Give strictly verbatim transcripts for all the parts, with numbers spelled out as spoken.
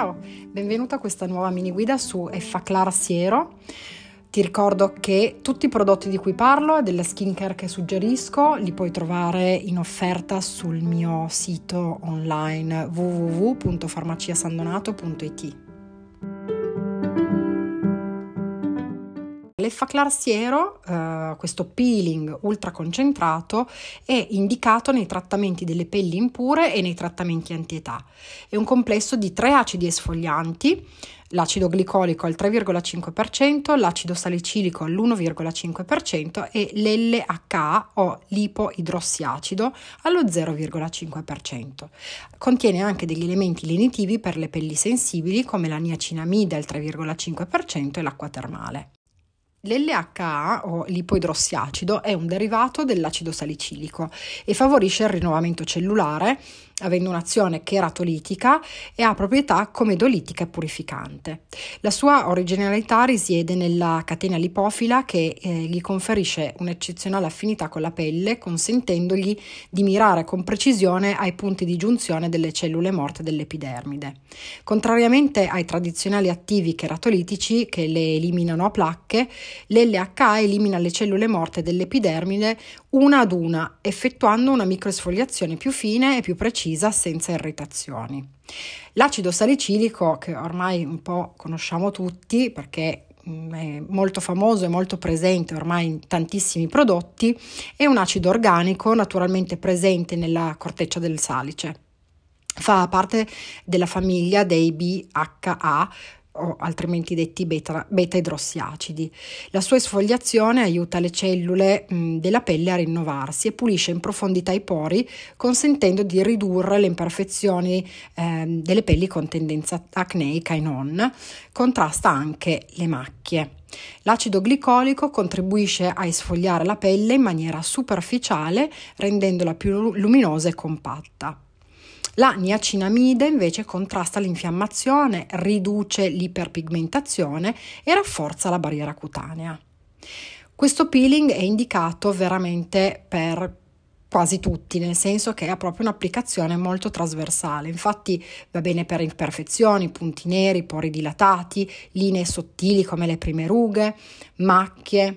Ciao, benvenuta a questa nuova mini guida su Effaclar Siero. Ti ricordo che tutti i prodotti di cui parlo e della skincare che suggerisco li puoi trovare in offerta sul mio sito online w w w punto farmacia sandonato punto i t. L'Effaclar Siero, eh, questo peeling ultra concentrato, è indicato nei trattamenti delle pelli impure e nei trattamenti anti-età. È un complesso di tre acidi esfolianti, l'acido glicolico al tre virgola cinque per cento, l'acido salicilico all'uno virgola cinque per cento e l'L H A o lipoidrossiacido allo zero virgola cinque per cento. Contiene anche degli elementi lenitivi per le pelli sensibili come la niacinamide al tre virgola cinque per cento e l'acqua termale. L'L H A o lipoidrossiacido è un derivato dell'acido salicilico e favorisce il rinnovamento cellulare, avendo un'azione cheratolitica e ha proprietà comedolitica e purificante. La sua originalità risiede nella catena lipofila che eh, gli conferisce un'eccezionale affinità con la pelle, consentendogli di mirare con precisione ai punti di giunzione delle cellule morte dell'epidermide. Contrariamente ai tradizionali attivi cheratolitici che le eliminano a placche, l'L H A elimina le cellule morte dell'epidermide una ad una, effettuando una microesfoliazione più fine e più precisa senza irritazioni. L'acido salicilico, che ormai un po' conosciamo tutti perché è molto famoso e molto presente ormai in tantissimi prodotti, è un acido organico naturalmente presente nella corteccia del salice. Fa parte della famiglia dei B H A, o altrimenti detti beta, beta idrossiacidi. La sua esfoliazione aiuta le cellule mh, della pelle a rinnovarsi e pulisce in profondità i pori, consentendo di ridurre le imperfezioni eh, delle pelli con tendenza acneica e non. Contrasta anche le macchie. L'acido glicolico contribuisce a esfoliare la pelle in maniera superficiale, rendendola più luminosa e compatta. La niacinamide invece contrasta l'infiammazione, riduce l'iperpigmentazione e rafforza la barriera cutanea. Questo peeling è indicato veramente per quasi tutti, nel senso che ha proprio un'applicazione molto trasversale. Infatti va bene per imperfezioni, punti neri, pori dilatati, linee sottili come le prime rughe, macchie,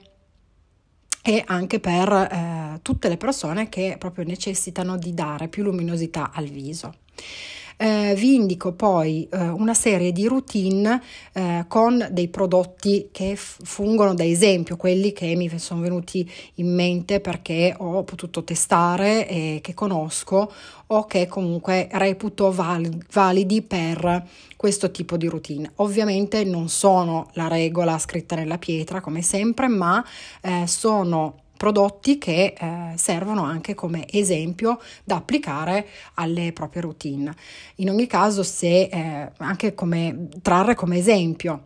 e anche per eh, tutte le persone che proprio necessitano di dare più luminosità al viso. Eh, vi indico poi eh, una serie di routine eh, con dei prodotti che f- fungono da esempio, quelli che mi sono venuti in mente perché ho potuto testare e che conosco o che comunque reputo val- validi per questo tipo di routine. Ovviamente non sono la regola scritta nella pietra come sempre, ma eh, sono prodotti che eh, servono anche come esempio da applicare alle proprie routine. In ogni caso, se eh, anche come trarre come esempio,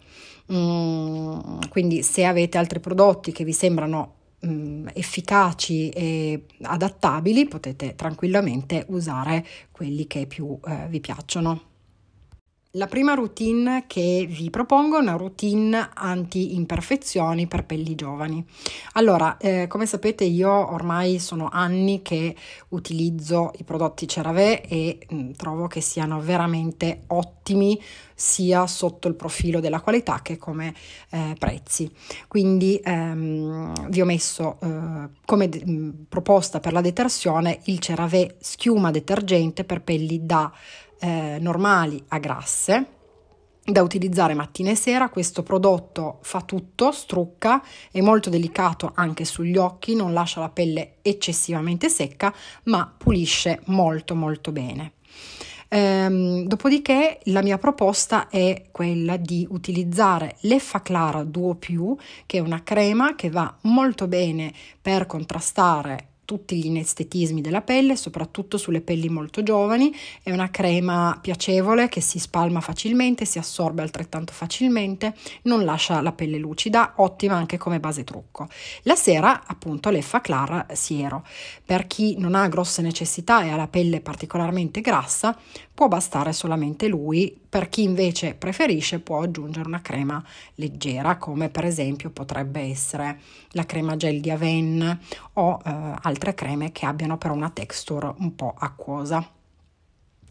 mm, quindi se avete altri prodotti che vi sembrano mm, efficaci e adattabili, potete tranquillamente usare quelli che più eh, vi piacciono. La prima routine che vi propongo è una routine anti-imperfezioni per pelli giovani. Allora, eh, come sapete io ormai sono anni che utilizzo i prodotti CeraVe e mh, trovo che siano veramente ottimi sia sotto il profilo della qualità che come eh, prezzi. Quindi ehm, vi ho messo eh, come de- mh, proposta per la detersione il CeraVe schiuma detergente per pelli da Eh, normali a grasse, da utilizzare mattina e sera. Questo prodotto fa tutto, strucca, è molto delicato anche sugli occhi, non lascia la pelle eccessivamente secca, ma pulisce molto molto bene. Ehm, dopodiché la mia proposta è quella di utilizzare l'Effaclar Duo Più, che è una crema che va molto bene per contrastare tutti gli inestetismi della pelle, soprattutto sulle pelli molto giovani. È una crema piacevole che si spalma facilmente, si assorbe altrettanto facilmente, non lascia la pelle lucida, ottima anche come base trucco. La sera appunto l'Effaclar Siero. Per chi non ha grosse necessità e ha la pelle particolarmente grassa può bastare solamente lui, per chi invece preferisce può aggiungere una crema leggera come per esempio potrebbe essere la crema gel di Avène o eh, altre creme che abbiano però una texture un po' acquosa.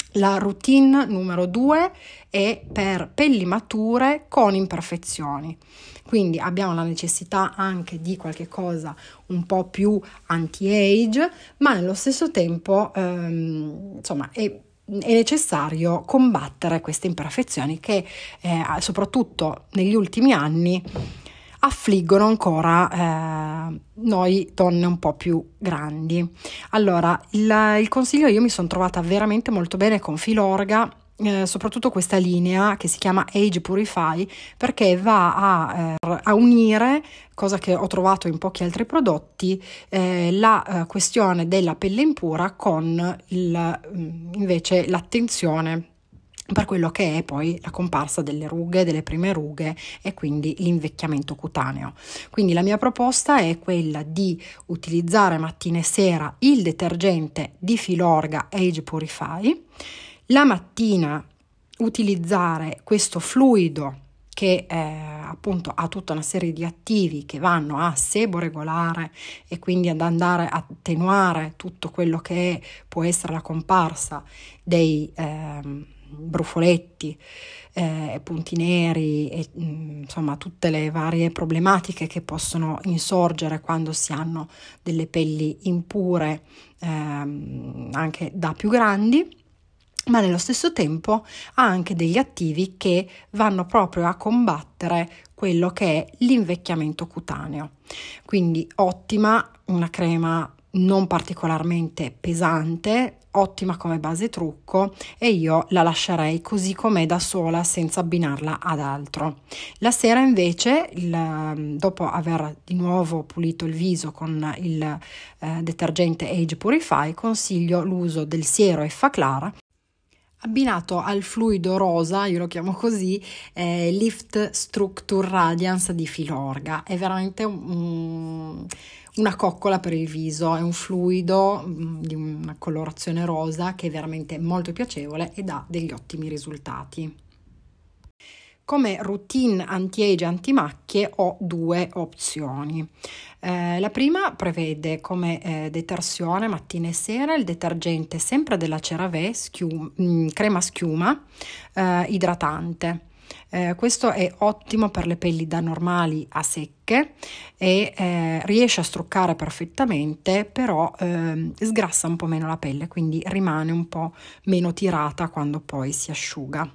La routine numero due è per pelli mature con imperfezioni. Quindi abbiamo la necessità anche di qualche cosa un po' più anti-age, ma nello stesso tempo ehm, insomma è, è necessario combattere queste imperfezioni che eh, soprattutto negli ultimi anni affliggono ancora eh, noi donne un po' più grandi. Allora, il, il consiglio, io mi sono trovata veramente molto bene con Filorga, eh, soprattutto questa linea che si chiama Age Purify, perché va a, eh, a unire, cosa che ho trovato in pochi altri prodotti, eh, la eh, questione della pelle impura con il, invece l'attenzione per quello che è poi la comparsa delle rughe, delle prime rughe e quindi l'invecchiamento cutaneo. Quindi la mia proposta è quella di utilizzare mattina e sera il detergente di Filorga Age Purify, la mattina utilizzare questo fluido che eh, appunto ha tutta una serie di attivi che vanno a seboregolare e quindi ad andare a attenuare tutto quello che può essere la comparsa dei eh, brufoletti, eh, punti neri e insomma tutte le varie problematiche che possono insorgere quando si hanno delle pelli impure ehm, anche da più grandi, ma nello stesso tempo ha anche degli attivi che vanno proprio a combattere quello che è l'invecchiamento cutaneo. Quindi ottima, una crema non particolarmente pesante, ottima come base trucco, e io la lascerei così com'è da sola senza abbinarla ad altro. La sera invece, il, dopo aver di nuovo pulito il viso con il eh, detergente Age Purify, consiglio l'uso del siero Effaclar abbinato al fluido rosa, io lo chiamo così, eh, Lift Structure Radiance di Filorga. È veramente un, una coccola per il viso, è un fluido mh, di una colorazione rosa che è veramente molto piacevole e dà degli ottimi risultati. Come routine anti-age e antimacchie ho due opzioni. Eh, la prima prevede come eh, detersione mattina e sera il detergente sempre della CeraVe, schium- mh, crema schiuma eh, idratante. Eh, questo è ottimo per le pelli da normali a secche e eh, riesce a struccare perfettamente, però eh, sgrassa un po' meno la pelle, quindi rimane un po' meno tirata quando poi si asciuga.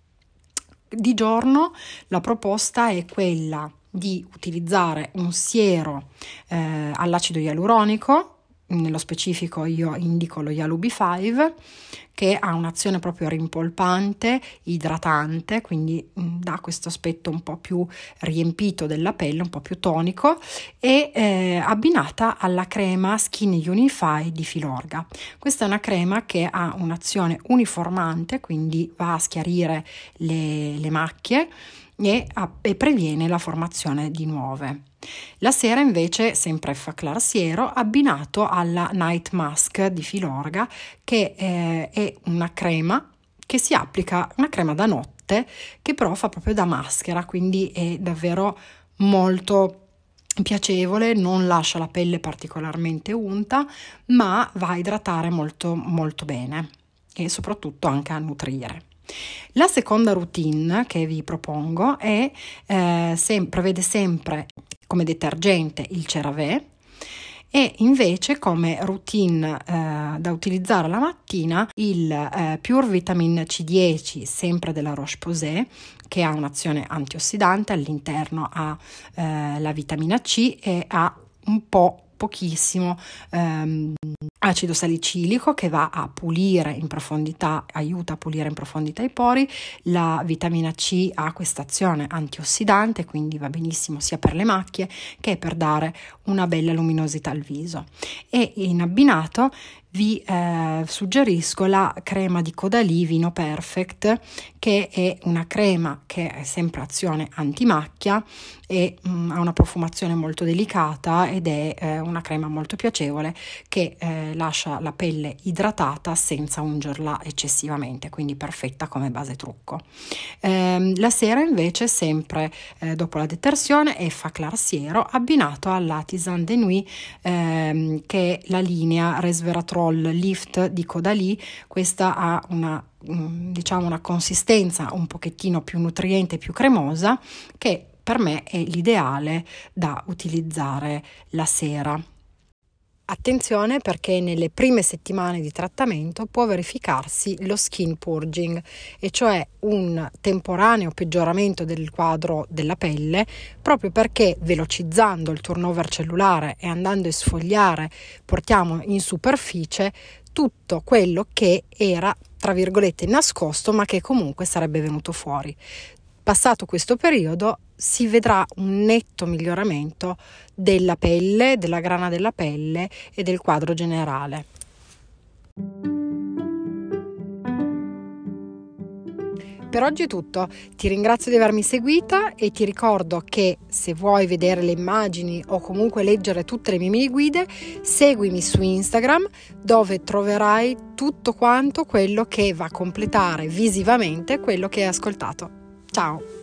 Di giorno la proposta è quella di utilizzare un siero eh, all'acido ialuronico, nello specifico io indico lo Yalu B cinque, che ha un'azione proprio rimpolpante, idratante, quindi mh, dà questo aspetto un po' più riempito della pelle, un po' più tonico, e eh, abbinata alla crema Skin Unify di Filorga. Questa è una crema che ha un'azione uniformante, quindi va a schiarire le, le macchie e, a, e previene la formazione di nuove. La sera invece sempre Effaclar Siero abbinato alla Night Mask di Filorga, che eh, è una crema che si applica, una crema da notte che però fa proprio da maschera, quindi è davvero molto piacevole, non lascia la pelle particolarmente unta, ma va a idratare molto molto bene e soprattutto anche a nutrire. La seconda routine che vi propongo è eh, sem- prevede sempre come detergente il CeraVe e invece come routine eh, da utilizzare la mattina il eh, Pure Vitamin C dieci, sempre della Roche-Posay, che ha un'azione antiossidante, all'interno ha eh, la vitamina C e ha un po' pochissimo ehm, acido salicilico che va a pulire in profondità, aiuta a pulire in profondità i pori. La vitamina C ha questa azione antiossidante, quindi va benissimo sia per le macchie che per dare una bella luminosità al viso. E in abbinato vi eh, suggerisco la crema di Caudalie Vino Perfect, che è una crema che è sempre azione antimacchia e mh, ha una profumazione molto delicata ed è eh, una crema molto piacevole che eh, lascia la pelle idratata senza ungerla eccessivamente, quindi perfetta come base trucco. Eh, la sera invece sempre eh, dopo la detersione Effaclar Siero abbinato alla Tisane de Nuit, eh, che è la linea Resveratrol Roll Lift di Caudalie. Questa ha una diciamo una consistenza un pochettino più nutriente, più cremosa, che per me è l'ideale da utilizzare la sera. Attenzione, perché nelle prime settimane di trattamento può verificarsi lo skin purging, e cioè un temporaneo peggioramento del quadro della pelle, proprio perché velocizzando il turnover cellulare e andando a sfogliare portiamo in superficie tutto quello che era, tra virgolette, nascosto, ma che comunque sarebbe venuto fuori. Passato questo periodo si vedrà un netto miglioramento della pelle, della grana della pelle e del quadro generale. Per oggi è tutto, ti ringrazio di avermi seguita e ti ricordo che se vuoi vedere le immagini o comunque leggere tutte le mie mini guide, seguimi su Instagram, dove troverai tutto quanto quello che va a completare visivamente quello che hai ascoltato. Ciao!